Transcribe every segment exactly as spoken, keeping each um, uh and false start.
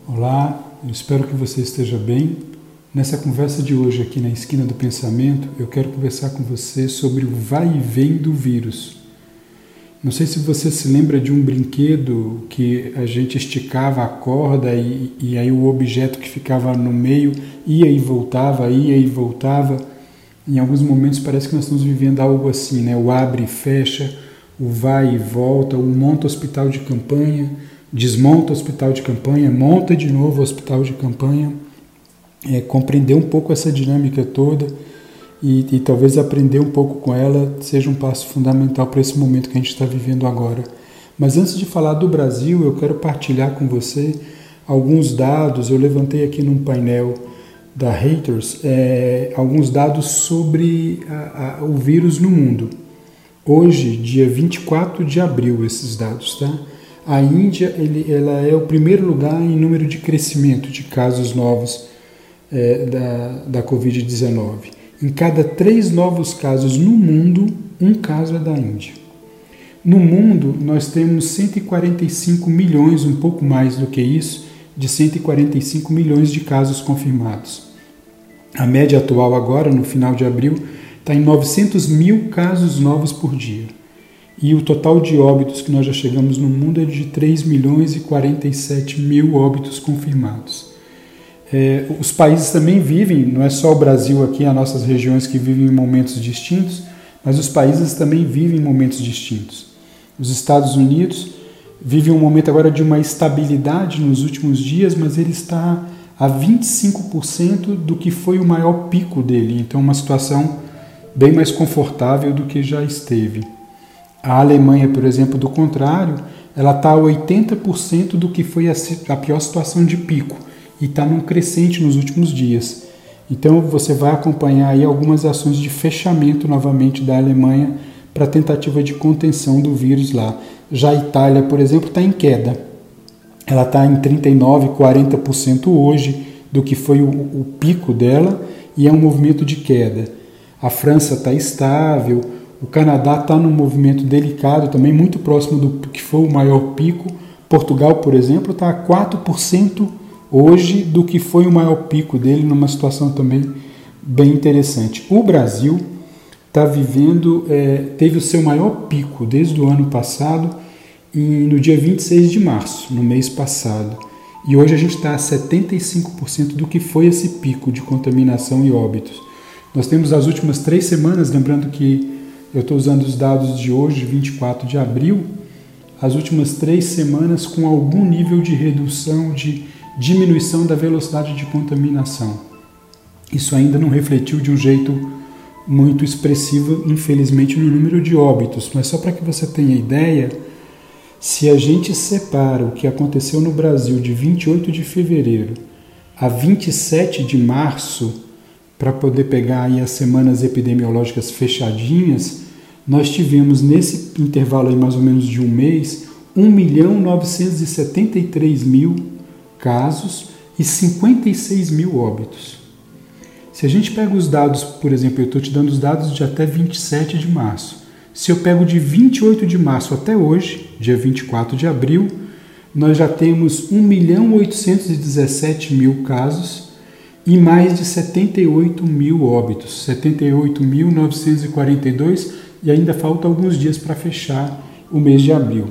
Olá, eu espero que você esteja bem. Nessa conversa de hoje aqui na Esquina do Pensamento, eu quero conversar com você sobre o vai e vem do vírus. Não sei se você se lembra de um brinquedo que a gente esticava a corda e, e aí o objeto que ficava no meio ia e voltava, ia e voltava. Em alguns momentos parece que nós estamos vivendo algo assim, né? O abre e fecha, o vai e volta, o monta hospital de campanha, desmonta o hospital de campanha, monta de novo o hospital de campanha. É, compreender um pouco essa dinâmica toda e, e talvez aprender um pouco com ela seja um passo fundamental para esse momento que a gente está vivendo agora. Mas antes de falar do Brasil, eu quero partilhar com você alguns dados. Eu levantei aqui num painel da Reuters é, alguns dados sobre a, a, o vírus no mundo. Hoje, dia vinte e quatro de abril, esses dados, tá? A Índia ele, ela é o primeiro lugar em número de crescimento de casos novos é, da, da covid dezenove. Em cada três novos casos no mundo, um caso é da Índia. No mundo, nós temos cento e quarenta e cinco milhões, um pouco mais do que isso, de cento e quarenta e cinco milhões de casos confirmados. A média atual agora, no final de abril, está em novecentos mil casos novos por dia. E o total de óbitos que nós já chegamos no mundo é de três milhões e quarenta e sete mil óbitos confirmados. É, os países também vivem, não é só o Brasil aqui, as nossas regiões que vivem em momentos distintos, mas os países também vivem em momentos distintos. Os Estados Unidos vivem um momento agora de uma estabilidade nos últimos dias, mas ele está a vinte e cinco por cento do que foi o maior pico dele, então uma situação bem mais confortável do que já esteve. A Alemanha, por exemplo, do contrário, ela está a oitenta por cento do que foi a, a pior situação de pico e está num crescente nos últimos dias. Então você vai acompanhar aí algumas ações de fechamento novamente da Alemanha para tentativa de contenção do vírus lá. Já a Itália, por exemplo, está em queda. Ela está em trinta e nove, quarenta por cento hoje do que foi o, o pico dela e é um movimento de queda. A França está estável. O Canadá está num movimento delicado, também muito próximo do que foi o maior pico. Portugal, por exemplo, está a quatro por cento hoje do que foi o maior pico dele, numa situação também bem interessante. O Brasil está vivendo, é, teve o seu maior pico desde o ano passado, e no dia vinte e seis de março, no mês passado. E hoje a gente está a setenta e cinco por cento do que foi esse pico de contaminação e óbitos. Nós temos as últimas três semanas, lembrando que eu estou usando os dados de hoje, vinte e quatro de abril, as últimas três semanas com algum nível de redução, de diminuição da velocidade de contaminação. Isso ainda não refletiu de um jeito muito expressivo, infelizmente, no número de óbitos, mas só para que você tenha ideia, se a gente separa o que aconteceu no Brasil de vinte e oito de fevereiro a vinte e sete de março, para poder pegar aí as semanas epidemiológicas fechadinhas, nós tivemos nesse intervalo aí mais ou menos de um mês, um milhão novecentos e setenta e três mil casos e cinquenta e seis mil óbitos. Se a gente pega os dados, por exemplo, eu estou te dando os dados de até vinte e sete de março. Se eu pego de vinte e oito de março até hoje, dia vinte e quatro de abril, nós já temos um milhão oitocentos e dezessete mil casos e mais de setenta e oito mil óbitos, setenta e oito mil novecentos e quarenta e dois, e ainda falta alguns dias para fechar o mês de abril.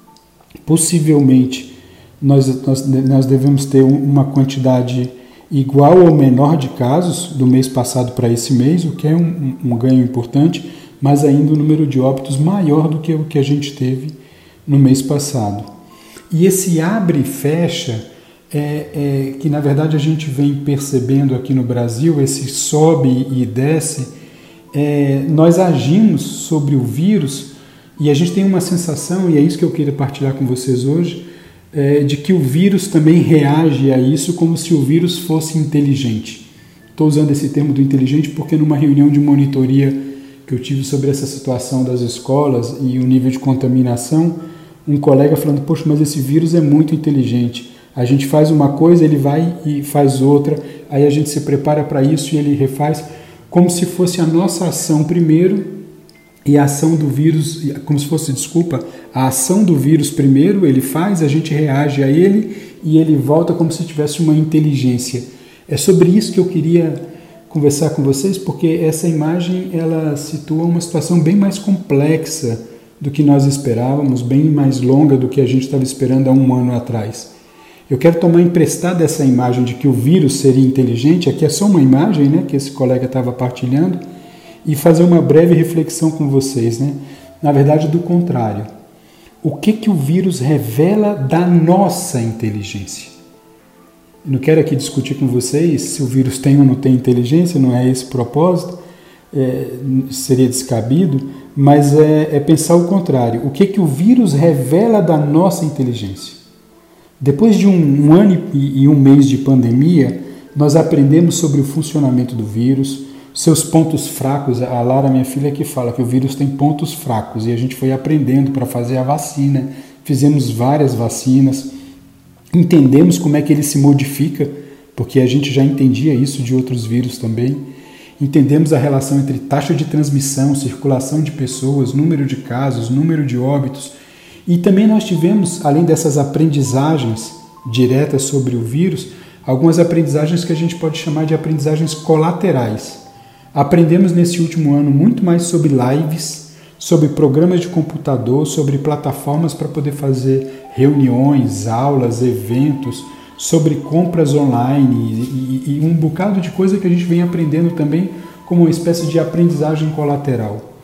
Possivelmente, nós, nós, nós devemos ter uma quantidade igual ou menor de casos do mês passado para esse mês, o que é um, um ganho importante, mas ainda um número de óbitos maior do que o que a gente teve no mês passado. E esse abre e fecha, é, é, que na verdade a gente vem percebendo aqui no Brasil, esse sobe e desce, é, nós agimos sobre o vírus e a gente tem uma sensação, e é isso que eu queria partilhar com vocês hoje, é, de que o vírus também reage a isso como se o vírus fosse inteligente. Estou usando esse termo do inteligente porque numa reunião de monitoria que eu tive sobre essa situação das escolas e o nível de contaminação, um colega falando, poxa, mas esse vírus é muito inteligente. A gente faz uma coisa, ele vai e faz outra, aí a gente se prepara para isso e ele refaz, como se fosse a nossa ação primeiro e a ação do vírus, como se fosse, desculpa, a ação do vírus primeiro ele faz, a gente reage a ele e ele volta como se tivesse uma inteligência. É sobre isso que eu queria conversar com vocês, porque essa imagem ela situa uma situação bem mais complexa do que nós esperávamos, bem mais longa do que a gente estava esperando há um ano atrás. Eu quero tomar emprestada essa imagem de que o vírus seria inteligente, aqui é só uma imagem, né, que esse colega estava partilhando, e fazer uma breve reflexão com vocês, né? Na verdade, do contrário. O que, que o vírus revela da nossa inteligência? Eu não quero aqui discutir com vocês se o vírus tem ou não tem inteligência, não é esse o propósito, é, seria descabido, mas é, é pensar o contrário. O que, que o vírus revela da nossa inteligência? Depois de um, um ano e, e um mês de pandemia, nós aprendemos sobre o funcionamento do vírus, seus pontos fracos. A Lara, minha filha, que fala que o vírus tem pontos fracos e a gente foi aprendendo para fazer a vacina, fizemos várias vacinas, entendemos como é que ele se modifica, porque a gente já entendia isso de outros vírus também, entendemos a relação entre taxa de transmissão, circulação de pessoas, número de casos, número de óbitos, e também nós tivemos, além dessas aprendizagens diretas sobre o vírus, algumas aprendizagens que a gente pode chamar de aprendizagens colaterais. Aprendemos nesse último ano muito mais sobre lives, sobre programas de computador, sobre plataformas para poder fazer reuniões, aulas, eventos, sobre compras online e, e, e um bocado de coisa que a gente vem aprendendo também como uma espécie de aprendizagem colateral.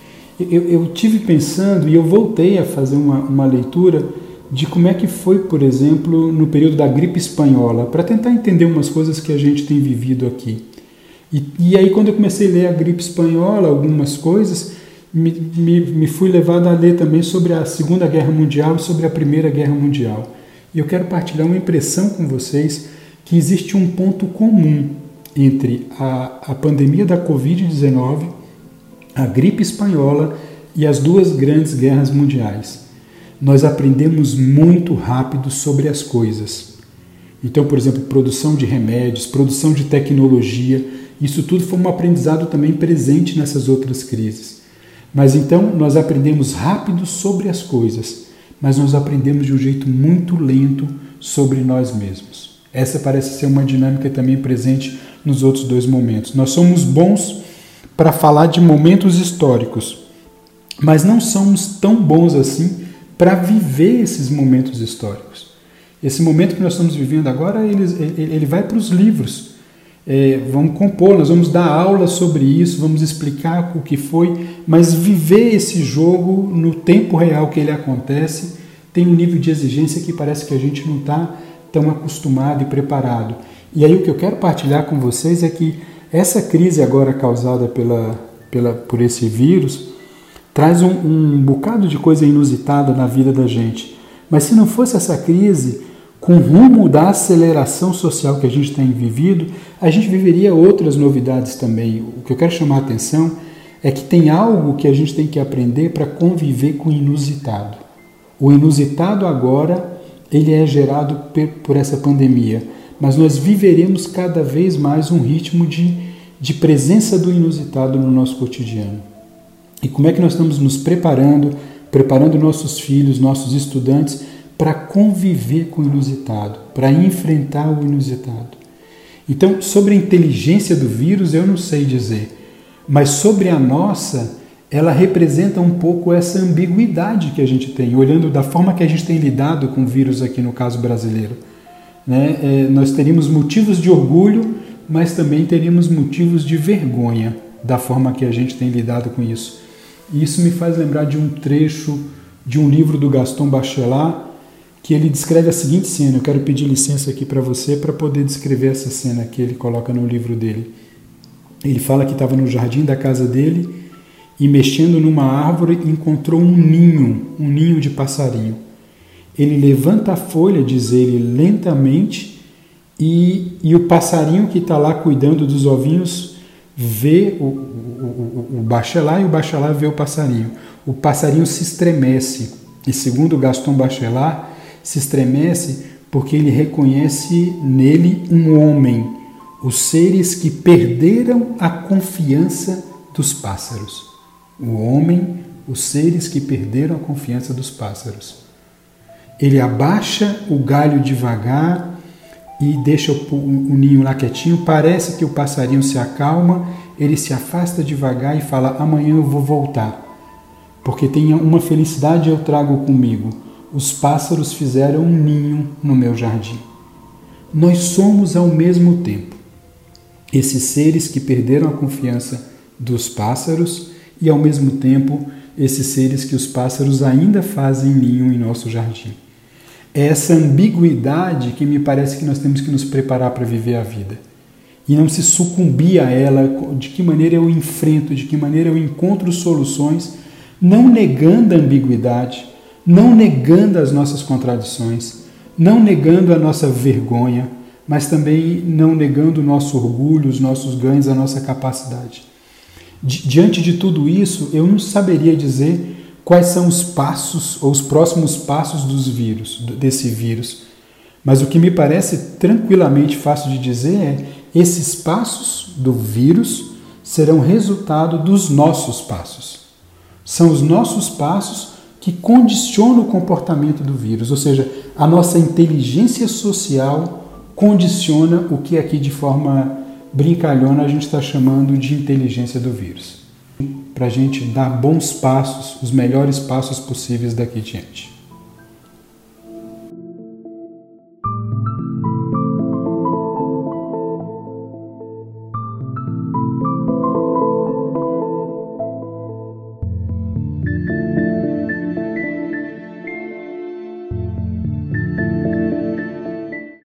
Eu, eu tive pensando e eu voltei a fazer uma, uma leitura de como é que foi, por exemplo, no período da gripe espanhola, para tentar entender umas coisas que a gente tem vivido aqui. E, e aí, quando eu comecei a ler a gripe espanhola, algumas coisas, me, me, me fui levado a ler também sobre a Segunda Guerra Mundial e sobre a Primeira Guerra Mundial. E eu quero partilhar uma impressão com vocês que existe um ponto comum entre a, a pandemia da covid dezenove, a gripe espanhola e as duas grandes guerras mundiais. Nós aprendemos muito rápido sobre as coisas. Então, por exemplo, produção de remédios, produção de tecnologia, isso tudo foi um aprendizado também presente nessas outras crises. Mas então nós aprendemos rápido sobre as coisas, mas nós aprendemos de um jeito muito lento sobre nós mesmos. Essa parece ser uma dinâmica também presente nos outros dois momentos. Nós somos bons para falar de momentos históricos, mas não somos tão bons assim para viver esses momentos históricos. Esse momento que nós estamos vivendo agora, ele, ele vai para os livros. É, vamos compor, nós vamos dar aula sobre isso, vamos explicar o que foi, mas viver esse jogo no tempo real que ele acontece tem um nível de exigência que parece que a gente não está tão acostumado e preparado. E aí o que eu quero partilhar com vocês é que essa crise agora causada pela, pela, por esse vírus traz um, um bocado de coisa inusitada na vida da gente. Mas se não fosse essa crise, com o rumo da aceleração social que a gente tem vivido, a gente viveria outras novidades também. O que eu quero chamar a atenção é que tem algo que a gente tem que aprender para conviver com o inusitado. O inusitado agora, ele é gerado por essa pandemia, mas nós viveremos cada vez mais um ritmo de, de presença do inusitado no nosso cotidiano. E como é que nós estamos nos preparando, preparando nossos filhos, nossos estudantes, para conviver com o inusitado, para enfrentar o inusitado. Então, sobre a inteligência do vírus, eu não sei dizer, mas sobre a nossa, ela representa um pouco essa ambiguidade que a gente tem, olhando da forma que a gente tem lidado com o vírus aqui no caso brasileiro. Né? É, nós teríamos motivos de orgulho, mas também teríamos motivos de vergonha da forma que a gente tem lidado com isso. E isso me faz lembrar de um trecho de um livro do Gaston Bachelard, que ele descreve a seguinte cena. Eu quero pedir licença aqui para você para poder descrever essa cena que ele coloca no livro dele. Ele fala que estava no jardim da casa dele e, mexendo numa árvore, encontrou um ninho, um ninho de passarinho. Ele levanta a folha, diz ele, lentamente, e, e o passarinho que está lá cuidando dos ovinhos vê o, o, o, o Bachelard e o Bachelard vê o passarinho. O passarinho se estremece e, segundo Gaston Bachelard, se estremece porque ele reconhece nele um homem, os seres que perderam a confiança dos pássaros. O homem, os seres que perderam a confiança dos pássaros. Ele abaixa o galho devagar e deixa o, o ninho lá quietinho. Parece que o passarinho se acalma, ele se afasta devagar e fala: amanhã eu vou voltar, porque tem uma felicidade eu trago comigo. Os pássaros fizeram um ninho no meu jardim. Nós somos ao mesmo tempo esses seres que perderam a confiança dos pássaros e ao mesmo tempo esses seres que os pássaros ainda fazem ninho em nosso jardim. É essa ambiguidade que me parece que nós temos que nos preparar para viver a vida e não se sucumbir a ela. De que maneira eu enfrento, de que maneira eu encontro soluções, não negando a ambiguidade, não negando as nossas contradições, não negando a nossa vergonha, mas também não negando o nosso orgulho, os nossos ganhos, a nossa capacidade. Diante de tudo isso, eu não saberia dizer quais são os passos ou os próximos passos dos vírus, desse vírus. Mas o que me parece tranquilamente fácil de dizer é: esses passos do vírus serão resultado dos nossos passos. São os nossos passos que condicionam o comportamento do vírus, ou seja, a nossa inteligência social condiciona o que aqui de forma brincalhona a gente está chamando de inteligência do vírus, para a gente dar bons passos, os melhores passos possíveis daqui diante.